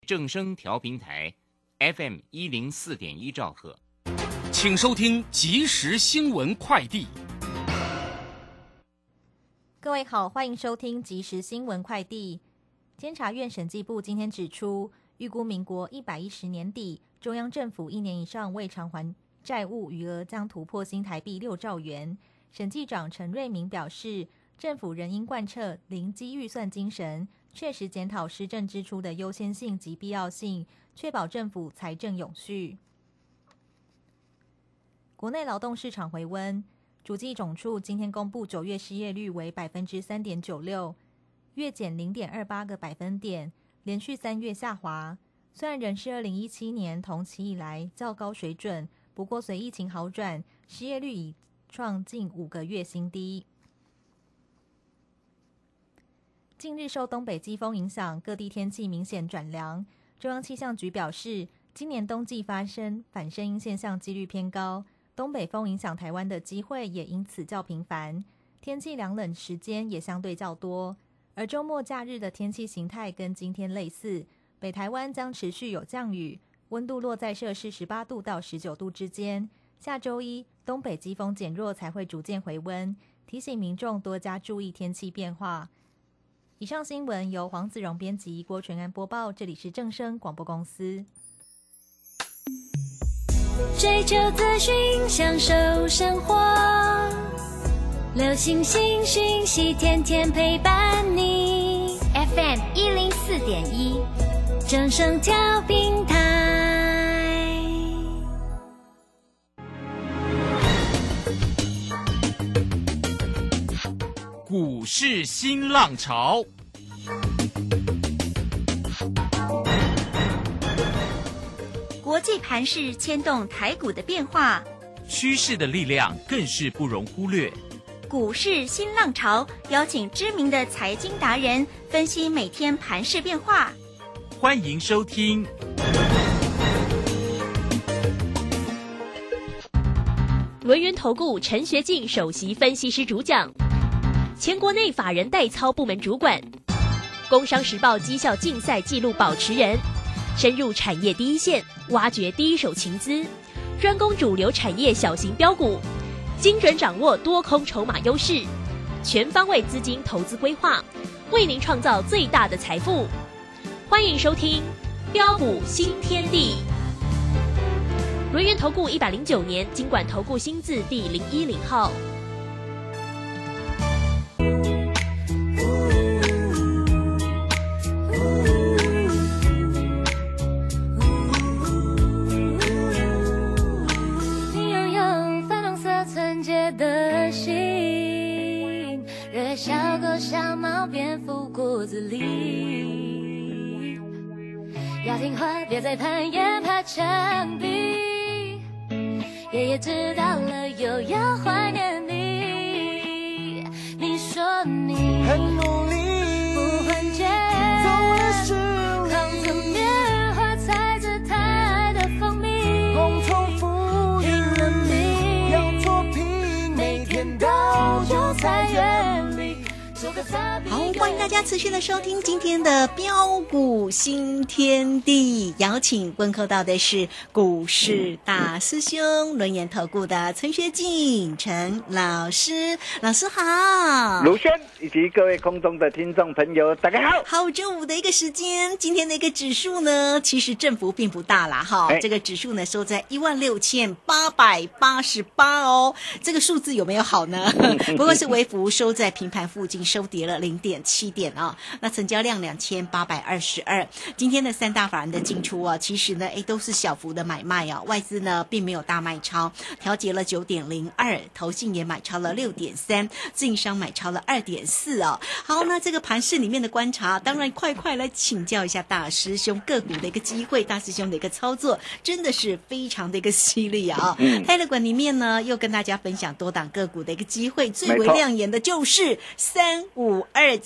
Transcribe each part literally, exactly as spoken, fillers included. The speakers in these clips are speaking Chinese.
正声调频台 F M 一零四点一兆赫， 请收听即时新闻快递。 各位好，欢迎收听即时新闻快递。监察院审计部今天指出，预估民国一百一十年底，中央政府一年以上未偿还债务余额将突破新台币六兆元。审计长陈瑞明表示，政府仍应贯彻零基预算精神，确实检讨施政支出的优先性及必要性，确保政府财政永续。国内劳动市场回温，主计总处今天公布九月失业率为 百分之三点九六， 月减 零点二八个百分点，连续三月下滑。虽然仍是二零一七年同期以来较高水准，不过随疫情好转，失业率已创近五个月新低。近日受东北季风影响，各地天气明显转凉。中央气象局表示，今年冬季发生反声音现象几率偏高，东北风影响台湾的机会也因此较频繁，天气凉冷时间也相对较多。而周末假日的天气形态跟今天类似，北台湾将持续有降雨，温度落在摄氏十八度到十九度之间。下周一东北季风减弱才会逐渐回温，提醒民众多加注意天气变化。以上新闻由黄子荣编辑，郭纯安播报，这里是正声广播公司。 追求资讯，享受生活，流行新讯息，天天陪伴你。F M 一零四点一，正声调频台。 股市新浪潮， 国际盘势牵动台股的变化， 趋势的力量更是不容忽略。 股市新浪潮邀请知名的财经达人分析每天盘势变化。 欢迎收听轮源投顾陈学进首席分析师主讲，前国内法人代操部门主管，工商时报绩效竞赛纪录保持人，深入产业第一线，挖掘第一手情资，专攻主流产业小型标股，精准掌握多空筹码优势，全方位资金投资规划，为您创造最大的财富。欢迎收听标股新天地。轮源投顾一百零九年金管投顾新字第零一零号。 你拥有粉红色纯洁的心，热爱小狗、小猫、蝙蝠、骨子里。要听话，别再攀岩爬墙壁。爷爷知道了，又要怀念你。你说你很努力， 不换届， 总会是扛着棉花，踩着它的蜂蜜， 梦重复拼了命， 要作品，每天都有在原力。 好，欢迎大家持续的收听今天的标股新天地，邀请问候到的是股市大师兄轮研投顾的陈学进陈老师，老师好。 卢轩以及各位空中的听众朋友大家好。 好，周五的一个时间，今天的一个指数呢，其实振幅并不大啦哈、哎，这个指数呢收在一万六千八百八十八哦，这个数字有没有好呢？不过是微幅收在平盘附近，收跌了零点七点啊、哦。那成交量两千八百二十二。今天的三大法人的进出啊，其实呢，哎都是小幅的买卖啊、哦，外资呢并没有大卖超，调节了九点零二，投信也买超了六点三，自营商买超了二点四哦。好，那这个盘市里面的观察，当然快快来请教一下大师兄个股的一个机会，大师兄的一个操作真的是非常的一个犀利啊、哦！泰勒管里面呢又跟大家分享多档个股的一个机会，最为亮眼的就是三五二七。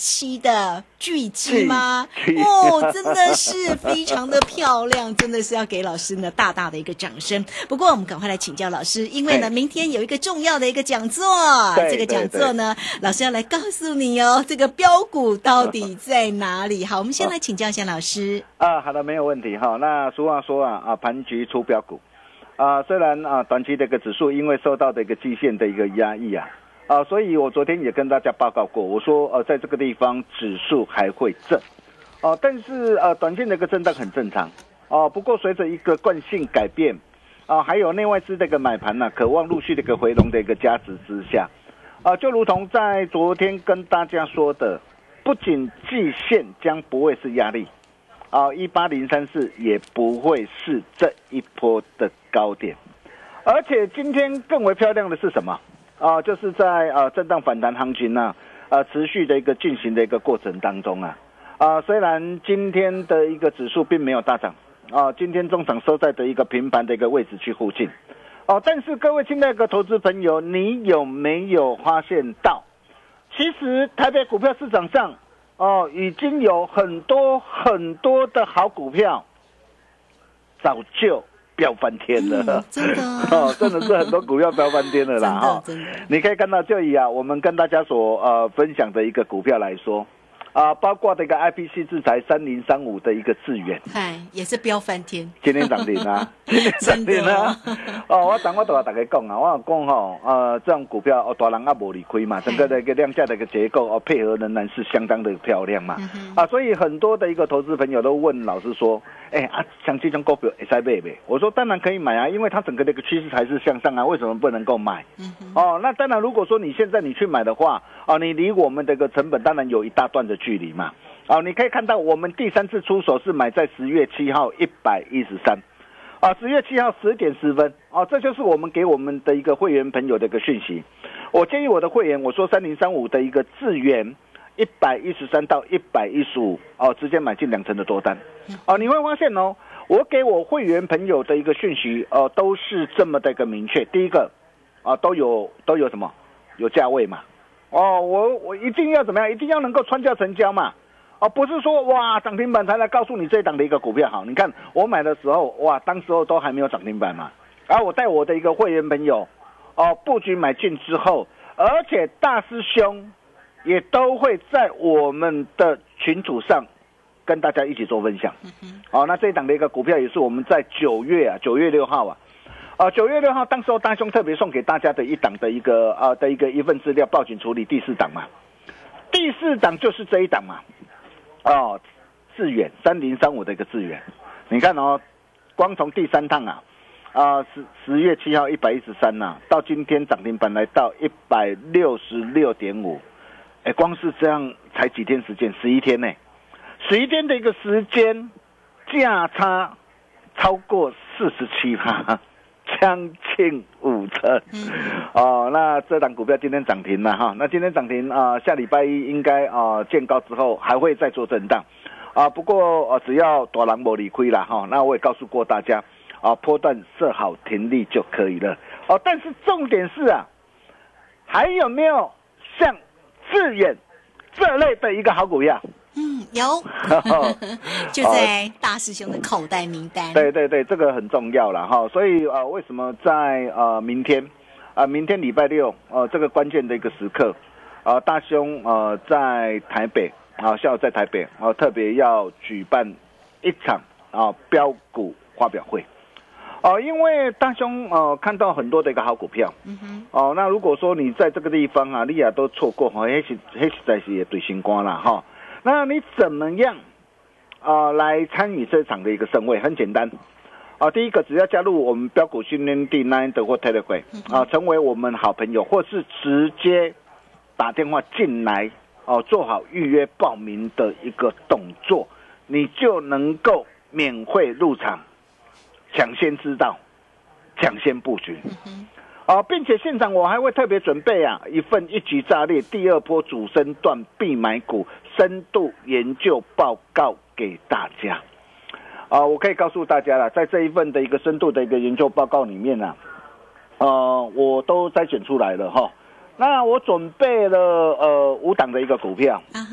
七的巨基吗？哦，真的是非常的漂亮，真的是要给老师呢大大的一个掌声。不过我们赶快来请教老师，因为呢明天有一个重要的一个讲座，这个讲座呢老师要来告诉你哦，这个标股到底在哪里？好，我们先来请教一下老师。 啊，好的，没有问题哈。那俗话说啊，啊盘局出标股。啊，虽然啊短期的一个指数因为受到的一个季线的一个压抑啊，啊，所以我昨天也跟大家报告过，我说呃在这个地方指数还会震，哦、啊，但是呃短线的一个震荡很正常，哦、啊，不过随着一个惯性改变，啊，还有内外资的一个买盘呢、啊，渴望陆续的一个回笼的一个加持之下，啊，就如同在昨天跟大家说的，不仅季线将不会是压力。啊，一八零三四也不会是这一波的高点，而且今天更为漂亮的是什么？啊，就是在啊震荡反弹行情呢、啊，啊持续的一个进行的一个过程当中啊，啊虽然今天的一个指数并没有大涨，啊今天中场收在的一个平盘的一个位置去附近，哦、啊，但是各位亲爱的投资朋友，你有没有发现到，其实台北股票市场上？哦，已经有很多很多的好股票，早就飙翻天了，嗯、 真的哦，真的是很多股票飙翻天了啦哈！真的，真的，你可以看到，就以啊，我们跟大家所呃分享的一个股票来说，啊，包括这个 I P C 制裁三零三五的一个智原， 哎，也是飙翻天， 今天涨停啊，今天涨停啊！哦，我等我都要大家讲啊，我讲吼，呃，这种股票哦，大人也无理亏嘛，整个的一个量价的一个结构哦，配合仍然是相当的漂亮嘛，嗯、啊，所以很多的一个投资朋友都问老师说，哎、欸、啊，像这种股票会使买没？我说当然可以买啊，因为它整个的一个趋势还是向上啊，为什么不能够买？嗯、哦，那当然，如果说你现在你去买的话，哦，你离我们的一个成本当然有一大段的距离嘛。哦，你可以看到我们第三次出手是买在十月七号一百一十三，啊，十月七号十点十分，哦，这就是我们给我们的一个会员朋友的一个讯息。我建议我的会员，我说三零三五的一个智原一百一十三到一百一十五，哦，直接买进两成的多单，哦，你会发现哦，我给我会员朋友的一个讯息，哦、呃，都是这么的一个明确。第一个，啊、呃，都有都有什么？有价位嘛？哦，我我一定要怎么样？一定要能够穿价成交嘛？哦，不是说哇涨停板才来告诉你这一档的一个股票好，你看我买的时候哇，当时候都还没有涨停板嘛，然后我带我的一个会员朋友哦布局买进之后，而且大师兄也都会在我们的群组上跟大家一起做分享。哦，那这一档的一个股票也是我们在九月啊，九月六号啊，啊九月六号当时候大兄特别送给大家的一档的一个啊的一个一份资料，报警处理第四档嘛，第四档就是这一档嘛。哦，智原三零三五的一个智原，你看哦，光从第三趟啊，啊十十月七号一百一十三呐，到今天涨停板来到一百六十六点五，哎，光是这样才几天时间，十一天呢，十一天的一个时间，价差超过四十七趴，将近五成。嗯、哦，那这档股票今天涨停了哈，那今天涨停啊、呃，下礼拜一应该啊、呃、见高之后还会再做震荡啊、呃，不过呃只要大人没理亏啦哈，那我也告诉过大家啊，波段设好停利就可以了哦。但是重点是啊，还有没有像智原这类的一个好股票？ 嗯，有，就在大师兄的口袋名单。 对对对，这个很重要了哈。所以啊、呃，为什么在呃明天啊、呃、明天礼拜六呃这个关键的一个时刻啊、呃，大兄呃在台北啊、呃，下午在台北啊、呃、特别要举办一场啊、呃、标股发表会。哦、呃，因为大兄呃看到很多的一个好股票，嗯哼，哦、呃，那如果说你在这个地方啊，你也都错过哈，那是那实在是也对心肝啦哈。那你怎么样啊、呃、来参与这场的一个盛会？很简单啊、呃，第一个只要加入我们标股训练地 Line 的或 Telegram 啊、呃，成为我们好朋友，或是直接打电话进来哦、呃，做好预约报名的一个动作，你就能够免费入场，抢先知道，抢先布局。啊，并且现场我还会特别准备啊一份一级炸裂第二波主升段必买股深度研究报告给大家。啊，我可以告诉大家了，在这一份的一个深度的一个研究报告里面呢、啊，呃，我都筛选出来了哈。那我准备了呃五档的一个股票， uh-huh.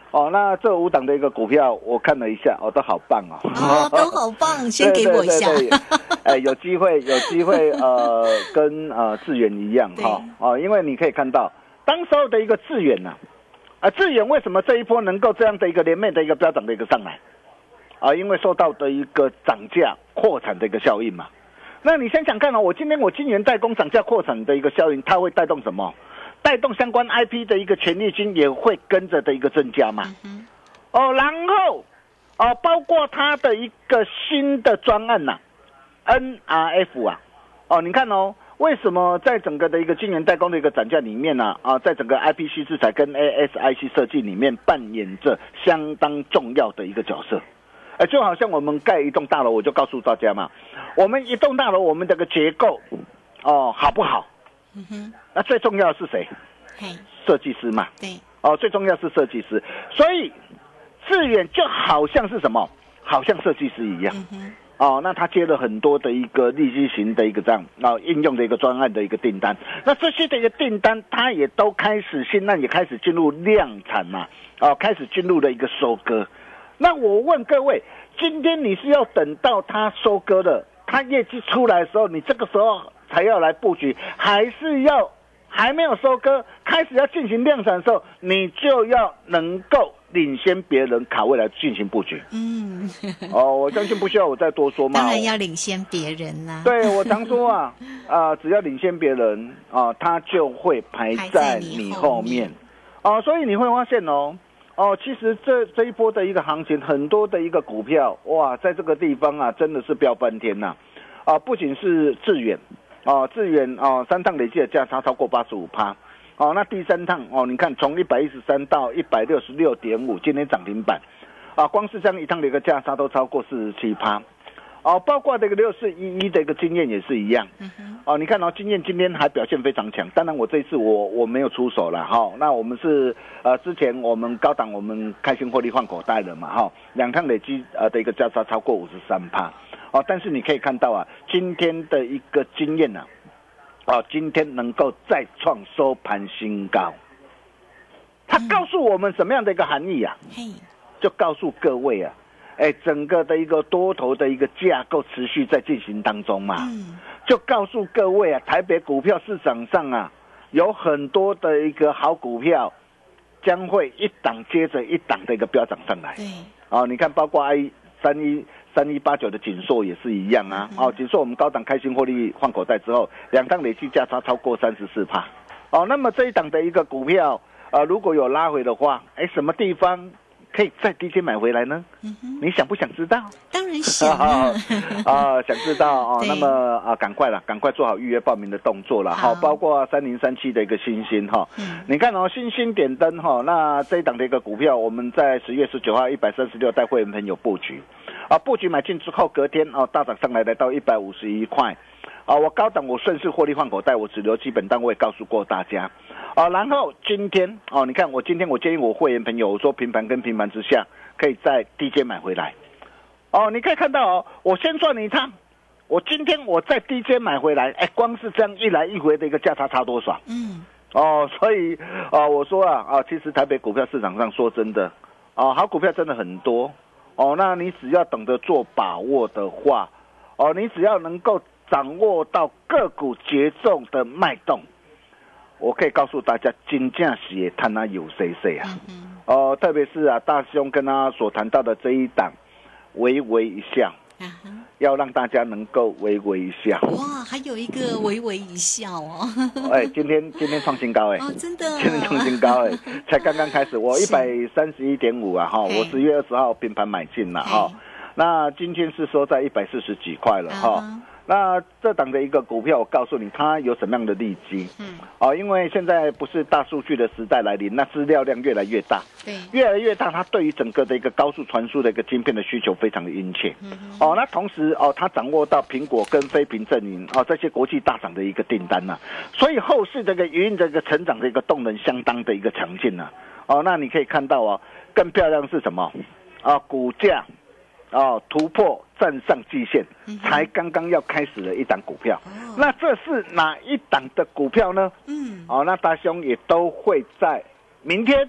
哦，那这五档的一个股票我看了一下，哦，都好棒哦， 哦，都好棒，先给我一下。 对对对对哎，有机会，有机会，呃，跟呃智原一样哈，哦，因为你可以看到，当时候的一个智原呐，啊，智原为什么这一波能够这样的一个连绵的一个飙涨的一个上来？啊，因为受到的一个涨价扩产的一个效应嘛。那你想想看哦，我今天我晶圆代工涨价扩产的一个效应，它会带动什么？带动相关 I P 的一个权利金也会跟着的一个增加嘛，嗯、哦，然后哦，包括它的一个新的专案呐、啊、，N R F 啊，哦，你看哦，为什么在整个的一个晶圆代工的一个涨价里面呢、啊？啊，在整个 I P C 制裁跟 A S I C 设计里面扮演着相当重要的一个角色。哎，就好像我们盖一栋大楼，我就告诉大家嘛，我们一栋大楼我们这个结构哦好不好？嗯哼，那最重要的是谁？设计师嘛。对，哦，最重要是设计师。所以智原就好像是什么？好像设计师一样。嗯、哦，那他接了很多的一个立基型的一个这样啊、哦、应用的一个专案的一个订单。那这些的一个订单，他也都开始现在也开始进入量产嘛，哦，开始进入了一个收割。那我问各位，今天你是要等到他收割了，他业绩出来的时候，你这个时候才要来布局，还是要还没有收割，开始要进行量产的时候，你就要能够领先别人卡位来进行布局。嗯，哦，我相信不需要我再多说嘛。 当然要领先别人啦、啊。 对，我常说啊，啊、呃，只要领先别人啊、呃，他就会排在你后面。哦、呃，所以你会发现哦。哦，其实这这一波的一个行情，很多的一个股票，哇，在这个地方啊，真的是飙翻天呐！啊，不仅是智原，哦、啊，智原哦、啊，三趟累计的价差超过八十五趴，哦，那第三趟哦，你看从一百一十三到一百六十六点五，今天涨停板，啊，光是这样一趟的一个价差都超过四十七趴。哦，包括这个六四一一的一个经验也是一样。嗯哼。哦，你看哦，经验今天还表现非常强。当然，我这一次我我没有出手了哈、哦。那我们是呃之前我们高档我们开心获利换口袋了嘛哈、哦，两趟累积呃的一个价差超过五十三趴。哦，但是你可以看到啊，今天的一个经验呢、啊，哦，今天能够再创收盘新高，它告诉我们什么样的一个含义啊？嗯、就告诉各位啊。哎，整个的一个多头的一个架构持续在进行当中嘛，嗯、就告诉各位啊，台北股票市场上啊，有很多的一个好股票，将会一档接着一档的一个飙涨上来。对，哦，你看，包括 I 三一三一八九的锦硕也是一样啊。嗯、哦，锦硕我们高档开心获利换口袋之后，两档累计价差超过三十四趴。哦，那么这一档的一个股票，呃，如果有拉回的话，哎，什么地方可以在低阶买回来呢？嗯、你想不想知道？ 当然想啊！ 啊，想知道哦。那么啊，赶快了，赶快做好预约报名的动作了。好，包括三零三七的一个新兴哈，嗯、你看哦，新兴点灯哈，那这一档的一个股票，我们在十月十九号一百三十六带会员朋友布局，啊，布局买进之后，隔天哦大涨上来，来到一百五十一块。啊，我高档我顺势获利换口袋，我只留基本单位告诉过大家。啊，然后今天哦，你看我今天我建议我会员朋友，我说平盘跟平盘之下，可以在低阶买回来。哦，你可以看到哦，我先算你一趟，我今天我在低阶买回来，哎，光是这样一来一回的一个价差差多少？嗯。哦，所以啊、哦，我说啊啊，其实台北股票市场上说真的，啊，好股票真的很多。哦，那你只要懂得做把握的话，哦，你只要能够掌握到个股节奏的脉动，我可以告诉大家，真正是也谈他有谁谁啊！嗯、哦，特别是啊，大兄跟他所谈到的这一档，微微一笑，嗯、要让大家能够微微一笑。 哇，还有一个微微一笑哦！ 哎，今天今天创新高哎！ 哦，真的， 今天创新高哎，才刚刚开始，我一百三十一点五啊哈，我十月二十号平盘买进了哈，那今天是收在一百四十几块了哈。嗯那这档的一个股票，我告诉你，它有什么样的利基？嗯，哦，因为现在不是大数据的时代来临，那资料量越来越大，对，越来越大，它对于整个的一个高速传输的一个晶片的需求非常的殷切。嗯，哦，那同时哦，它掌握到苹果跟非屏阵营哦这些国际大厂的一个订单呐、啊，所以后市这个营运这个成长的一个动能相当的一个强劲呐、啊。哦，那你可以看到哦，更漂亮是什么？啊，股价。哦，突破站上季线，才刚刚要开始的一档股票。嗯、那这是哪一档的股票呢？嗯，哦，那大兄也都会在明天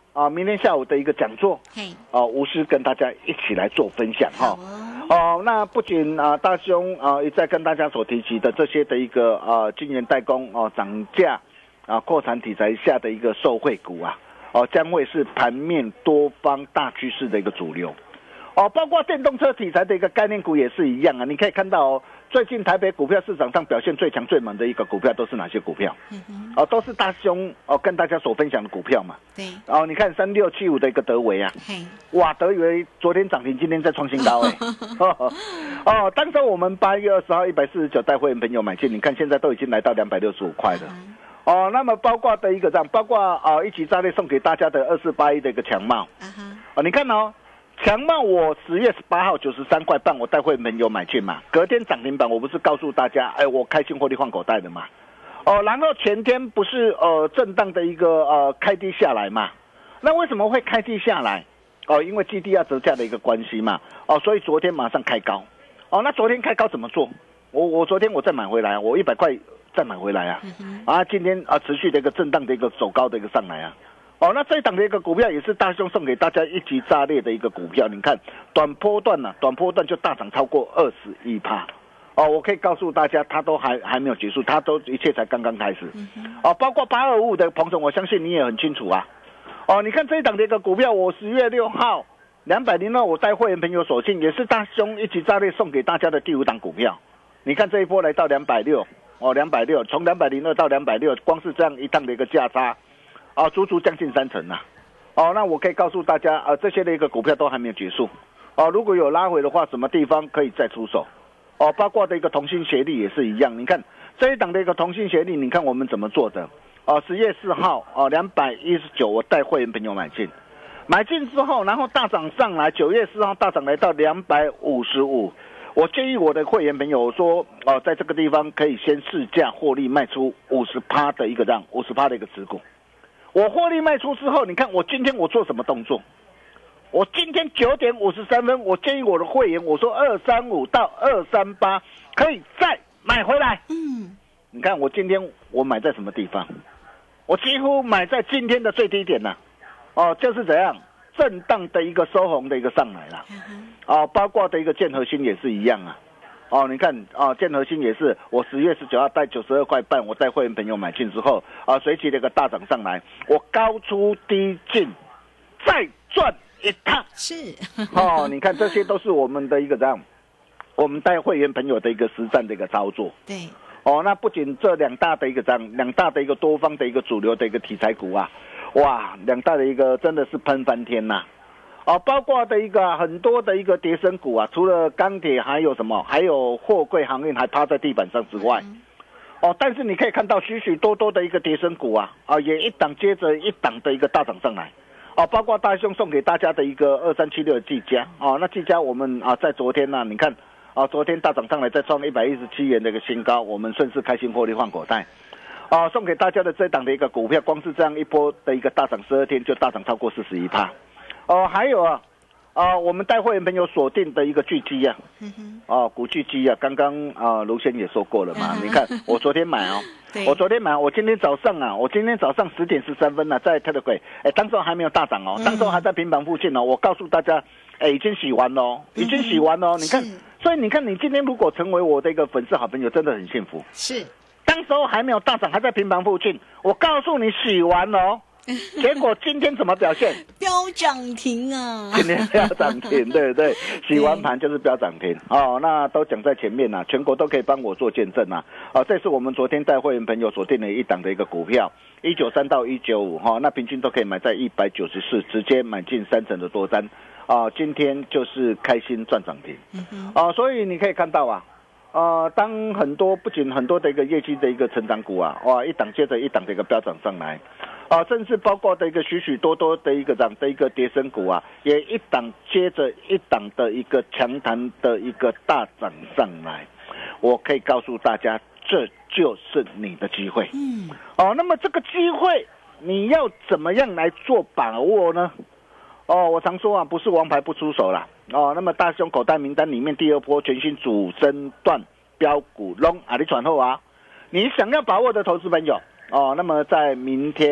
啊，明天下午的一个讲座，哦，无私跟大家一起来做分享哈。哦，那不仅啊，大兄啊一再跟大家所提及的这些的一个啊，晶圆代工哦涨价啊，扩产题材下的一个受惠股啊，哦，将会是盘面多方大趋势的一个主流。哦，包括电动车题材的一个概念股也是一样啊，你可以看到哦，最近台北股票市场上表现最强最猛的一个股票都是哪些股票？嗯、哦，都是大兄哦跟大家所分享的股票嘛。对。哦，你看三六七五的一个德微啊，哇，德微昨天涨停，今天再创新高哎、欸。哦，当时我们八月二十号一百四十九带会员朋友买进，你看现在都已经来到两百六十五块了。嗯、哦，那么包括的一个这样，包括啊、呃、一起炸裂送给大家的二四八一的一个强茂。嗯、哦，你看哦。强茂我十月十八号九十三块半，我带会朋友买进嘛，隔天涨停板，我不是告诉大家，哎，我开心获利换口袋的嘛，哦，然后前天不是呃震荡的一个呃开低下来嘛，那为什么会开低下来？哦，因为基地要折价的一个关系嘛，哦，所以昨天马上开高，哦，那昨天开高怎么做？我我昨天我再买回来，我一百块再买回来啊，嗯、啊，今天啊持续的一个震荡的一个走高的一个上来啊。哦，那这一档的一个股票也是大兄送给大家一级炸裂的一个股票，你看短波段呢、啊，短波段就大涨超过二十一趴，哦，我可以告诉大家，它都还还没有结束，它都一切才刚刚开始，哦，包括八二五五的彭总，我相信你也很清楚啊，哦，你看这一档的一个股票，我十月六号两百零二，我带会员朋友锁进，也是大兄一级炸裂送给大家的第五档股票，你看这一波来到两百六，哦，两百六，从两百零二到两百六，光是这样一趟的一个价差。啊，足足将近三成呐、啊！哦，那我可以告诉大家，呃，这些的一个股票都还没有结束。哦，如果有拉回的话，什么地方可以再出手？哦，包括的一个同心协力也是一样。你看这一档的一个同心协力，你看我们怎么做的？哦，十月四号，哦，两百一十九，我带会员朋友买进，买进之后，然后大涨上来，九月四号大涨来到两百五十五。我建议我的会员朋友说，哦，在这个地方可以先市价获利卖出五十趴的一个让五十趴的一个持股。我获利卖出之后，你看我今天我做什么动作？我今天九点五十三分，我建议我的会员，我说二三五到二三八可以再买回来。嗯，你看我今天我买在什么地方？我几乎买在今天的最低点了、啊。哦，就是怎样震荡的一个收红的一个上来了。哦，包括的一个建和新也是一样啊。哦，你看啊，建和新也是，我十月十九号带九十二块半，我带会员朋友买进之后，啊，随即的一个大涨上来，我高出低进，再赚一趟。 是， 哦，你看这些都是我们的一个这样，我们带会员朋友的一个实战的一个操作。 对。 哦，那不仅这两大的一个这样，两大的一个多方的一个主流的一个题材股啊，哇，两大的一个真的是喷翻天呐、啊！哦，包括的一个很多的一个跌升股啊，除了钢铁还有什么，还有货柜航运还趴在地板上之外，嗯、哦，但是你可以看到许许多多的一个跌升股啊，啊，也一档接着一档的一个大涨上来，哦，包括大兄送给大家的一个二三七六的技嘉，哦，那技嘉我们啊在昨天呢、啊，你看啊，昨天大涨上来再创一百一十七元的一个新高，我们顺势开心获利换口袋。啊，送给大家的这档的一个股票，光是这样一波的一个大涨，十二天就大涨超过四十一趴。哦，还有啊，啊，我们带会员朋友锁定的一个巨基啊，哦，股巨基啊，刚刚啊，卢先也说过了嘛，你看我昨天买哦，我昨天买，我今天早上啊，我今天早上十点十三分呢、啊，在 Telegram， 哎，当时还没有大涨哦，当时还在平板附近哦，我告诉大家，哎，已经洗完了哦，已经洗完了哦，你看，所以你看，你今天如果成为我的一个粉丝好朋友，真的很幸福。 是， 当时候还没有大涨，还在平盘附近，我告诉你洗完了哦。结果今天怎么表现？ 飙涨停啊！ 今天飙涨停，对不对？洗完盘就是飙涨停哦。那都讲在前面啦、啊，全国都可以帮我做见证啊。哦，这是我们昨天带会员朋友锁定了一档的一个股票，一九三到一九五哈，那平均都可以买在一百九十四，直接买进三成的多单啊、哦。今天就是开心赚涨停，嗯哦，所以你可以看到啊。呃，当很多不仅很多的一个业绩的一个成长股啊，哇，一档接着一档的一个飙涨上来，啊、呃，甚至包括的一个许许多多的一个涨的一个跌升股啊，也一档接着一档的一个强弹的一个大涨上来，我可以告诉大家，这就是你的机会。嗯，哦，那么这个机会你要怎么样来做把握呢？哦，我常说啊，不是王牌不出手啦。哦，那么大兄口袋名单里面第二波全新主升段标股龙啊，你传后啊，你想要把握的投资朋友哦，那么在明天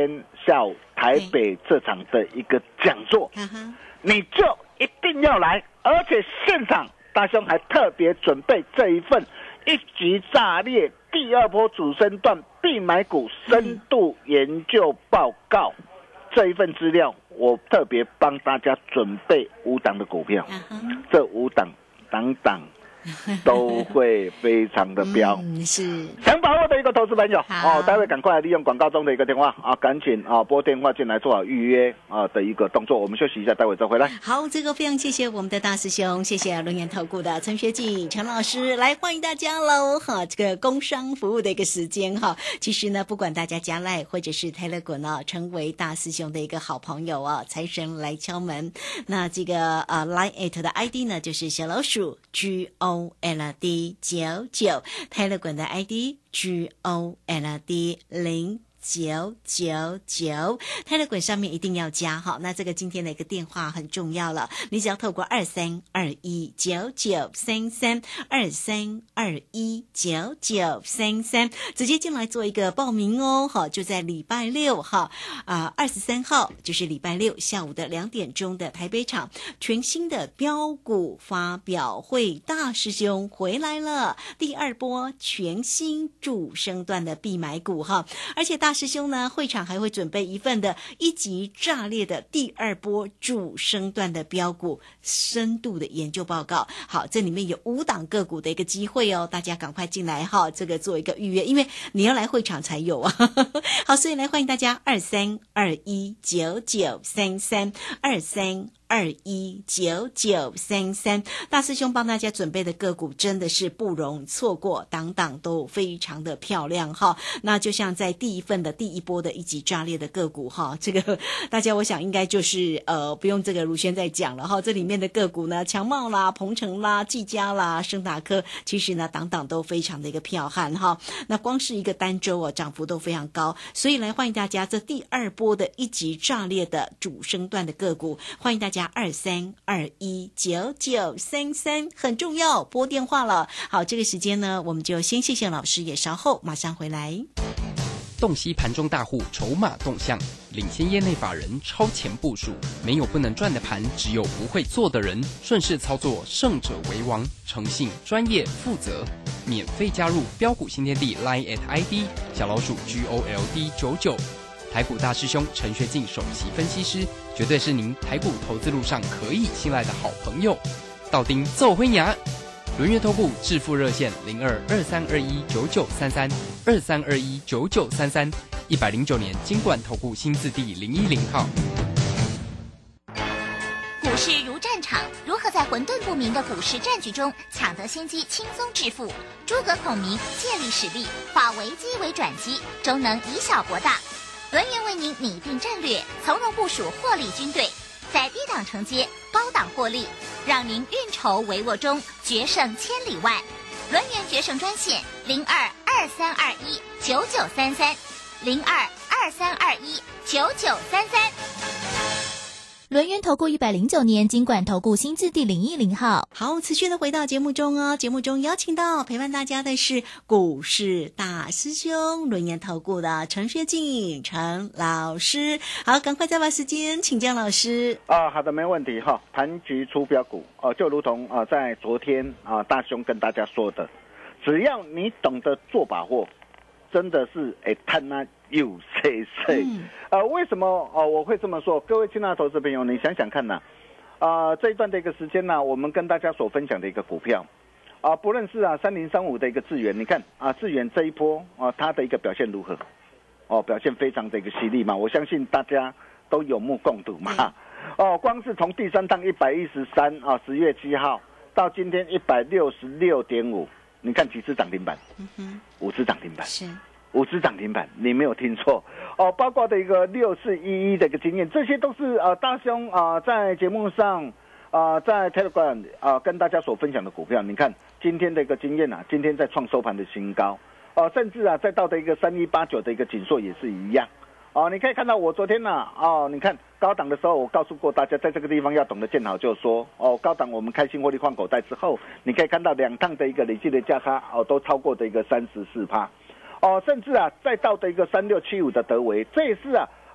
下午台北这场的一个讲座，你就一定要来，而且现场大兄还特别准备这一份一级炸裂第二波主升段必买股深度研究报告，这一份资料我特别帮大家准备五档的股票，这五档档档都会非常的标， 嗯，是想把握的一个投资朋友哦，待会赶快利用广告中的一个电话啊，赶紧啊拨电话进来做好预约啊的一个动作。我们休息一下，待会再回来。 好，这个非常谢谢我们的大师兄，谢谢轮研投顾的陈学进陈老师来欢迎大家喽。哈，这个工商服务的一个时间哈，其实呢，不管大家加赖或者是 Telegram 哦，成为大师兄的一个好朋友哦，财神来敲门。那这个呃 Line 的 I D 呢，就是小老鼠 G O L D 九九， Telegram 的 I D G O L D 零九九九， Telegram 上面一定要加哈。那这个今天的一个电话很重要了，你只要透过二三二一九九三三二三二一九九三三直接进来做一个报名哦。好，就在礼拜六哈啊二十三号，就是礼拜六下午的两点钟的台北场全新的标股发表会，大师兄回来了，第二波全新主升段的必买股哈，而且大师兄呢，会场还会准备一份的一级炸裂的第二波主升段的标股深度的研究报告。好，这里面有五档个股的一个机会哦，大家赶快进来哈，这个做一个预约，因为你要来会场才有啊。好，所以来欢迎大家二三二一九九三三二三。二一九九三三，大师兄帮大家准备的个股真的是不容错过，档档都非常的漂亮哈。那就像在第一份的第一波的一级炸裂的个股哈，这个大家我想应该就是呃不用这个如轩再讲了哈，这里面的个股呢，强茂啦、鹏程啦、技嘉啦、升达科，其实呢档档都非常的一个彪悍哈。那光是一个单周哦，涨幅都非常高，所以来欢迎大家这第二波的一级炸裂的主升段的个股，欢迎大家。二三二一九九三三很重要，拨电话了。好，这个时间呢，我们就先谢谢老师，也稍后马上回来。 洞悉盘中大户筹码动向，领先业内法人超前部署，没有不能赚的盘，只有不会做的人。顺势操作，胜者为王。诚信、专业、负责，免费加入标股新天地 Line at I D 小老鼠 G O L D 九九。台股大师兄陈学进首席分析师，绝对是您台股投资路上可以信赖的好朋友。道丁奏辉牙，轮源投顾致富热线零二二三二一九九三三二三二一九九三三，一百零九年金管投顾新字第零一零号。 股市如战场，如何在混沌不明的股市战局中抢得先机，轻松致富？诸葛孔明借力使力，化危机为转机，终能以小博大。轮源为您拟定战略，从容部署获利军队，在低档承接，高档获利，让您运筹帷幄中决胜千里外。轮源决胜专线零二二三二一九九三三零二二三二一九九三三。 轮源投顾一百零九年金管投顾新字第零一零号。 好，持续的回到节目中哦。节目中邀请到陪伴大家的是股市大师兄轮源投顾的陈学进陈老师。好，赶快再把时间请教老师。 啊，好的，没问题哈。盘局出标股哦、呃，就如同啊、呃，在昨天啊、呃，大兄跟大家说的，只要你懂得做把握，真的是哎，贪啊有谁谁？呃，为什么哦、呃、我会这么说？各位亲爱的投资朋友，你想想看呐、啊，啊、呃、这一段的一个时间呢、啊，我们跟大家所分享的一个股票，啊、呃，不论是啊三零三五的一个智原，你看啊智原这一波啊它的一个表现如何？哦，表现非常的一个犀利嘛，我相信大家都有目共睹嘛。哦，光是从第三趟一百一十三啊十月七号到今天一百六十六点五，你看几只涨停板？嗯哼，五只涨停板。是。五只涨停板，你没有听错哦，包括的一个六四一一的一个经验，这些都是呃大兄啊、呃、在节目上啊、呃、在 Telegram 啊、呃、跟大家所分享的股票，你看今天的一个经验啊，今天在创收盘的新高哦、呃，甚至啊再到的一个三一八九的一个锦硕也是一样哦，你可以看到我昨天呢、啊、哦，你看高档的时候我告诉过大家，在这个地方要懂得见好就收哦，高档我们开心获利换口袋之后，你可以看到两趟的一个累计的价差哦都超过的一个三十四趴。哦，甚至啊，再到的一个三六七五的德微，这也是啊，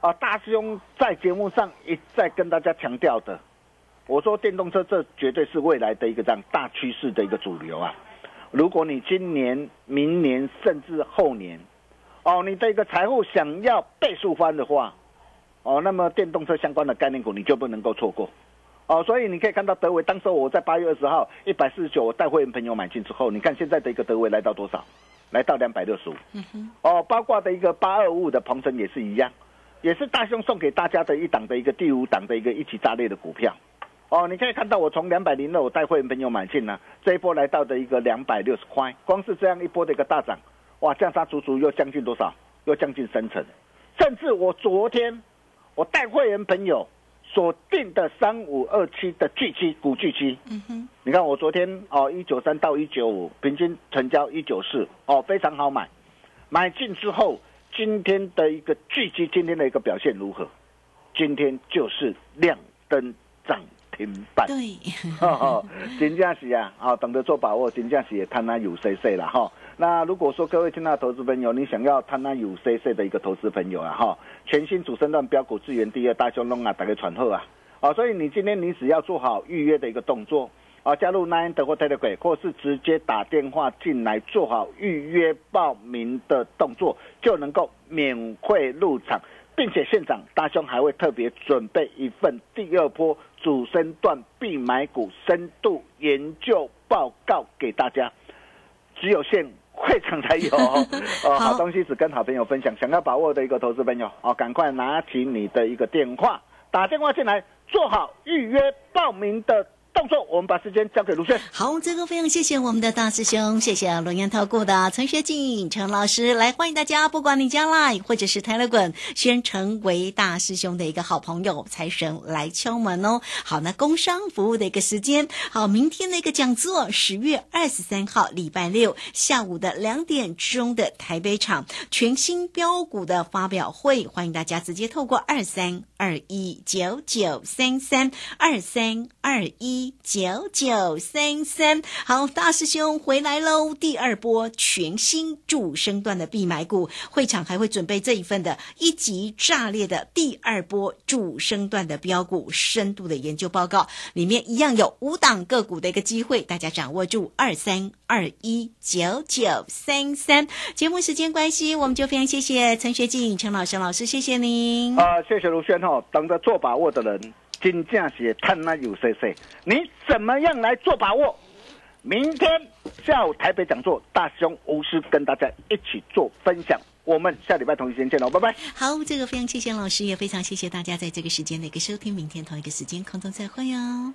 啊，大师兄在节目上一再跟大家强调的，我说电动车这绝对是未来的一个这样大趋势的一个主流啊。如果你今年、明年甚至后年，哦，你的一个财富想要倍数翻的话，哦，那么电动车相关的概念股你就不能够错过。哦，所以你可以看到德微，当时我在八月二十号一百四十九，我带会员朋友买进之后，你看现在的一个德微来到多少？来到两百六十五。哦，包括的一个八二五五的鹏程也是一样，也是大兄送给大家的一档的一个第五档的一个一起炸裂的股票。哦，你可以看到我从两百零二我带会员朋友买进呢，这一波来到的一个两百六十块，光是这样一波的一个大涨，哇，这样它足足又将近多少？又将近三成。甚至我昨天我带会员朋友锁定的三五二七的巨基股巨基，嗯哼，你看我昨天哦一九三到一九五，平均成交一九四，哦非常好买，买进之后，今天的一个巨基今天的一个表现如何？今天就是亮灯涨停板， 对， 哦，真正是啊，啊、哦，懂得做把握，真正是也贪婪有 C C 啦哈。那如果说各位听到投资朋友，你想要贪婪有 C C 的一个投资朋友啊哈，全新主升段标股智源第二大凶龙啊，大家传后啊，啊，所以你今天你只要做好预约的一个动作啊，加入 Line 或 Telegram， 或是直接打电话进来做好预约报名的动作，就能够免费入场。并且现场大兄还会特别准备一份第二波主升段必买股深度研究报告给大家，只有限会场才有哦。呃、好东西只跟好朋友分享，想要把握的一个投资朋友哦，赶快拿起你的一个电话，打电话进来，做好预约报名的动作。我们把时间交给卢轩。 好，这个非常谢谢我们的大师兄，谢谢轮研投顾的陈学进陈老师，来欢迎大家，不管你加 Line 或者是 Telegram， 先成为大师兄的一个好朋友，财神来敲门哦。好，那工商服务的一个时间，好，明天的一个讲座，十月二十三号礼拜六下午的两点钟的台北场全新标股的发表会，欢迎大家直接透过二三二一九九三三二三二一九九三三。好，大师兄回来喽！第二波全新主升段的必买股，会场还会准备这一份的一级炸裂的第二波主升段的标股深度的研究报告，里面一样有五档个股的一个机会，大家掌握住二三二一九九三三。节目时间关系，我们就非常谢谢陈学进陈老师老师，谢谢您。 啊、呃，谢谢卢轩哈，等着做把握的人。真正是探那有 C C， 你怎么样来做把握？明天下午台北讲座，大兄无私跟大家一起做分享。我们下礼拜同一时间见喽，拜拜。 好，这个非常谢谢老师，也非常谢谢大家在这个时间的一个收听。明天同一个时间空中再会哦。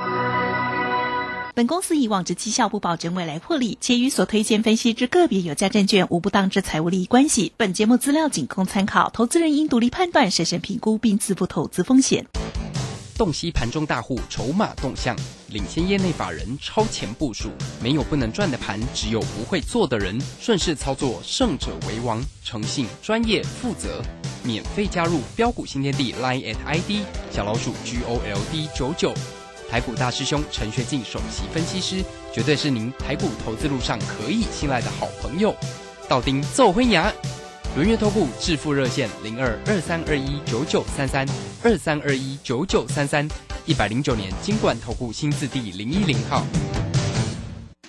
本公司以往之绩效不保证未来获利，且与所推荐分析之个别有价证券无不当之财务利益关系。本节目资料仅供参考，投资人应独立判断、审慎评估并自负投资风险。 洞悉盘中大户筹码动向，领先业内法人超前部署，没有不能赚的盘，只有不会做的人。顺势操作，胜者为王。诚信、专业、负责，免费加入标股新天地 Line at I D 小老鼠 G O L D 九九。台股大师兄陈学进首席分析师，绝对是您台股投资路上可以信赖的好朋友。道丁奏辉牙。轮源投顾致富热线零二二三二一九九三三二三二一九九三三，一百零九年金管投顾新字第零一零号。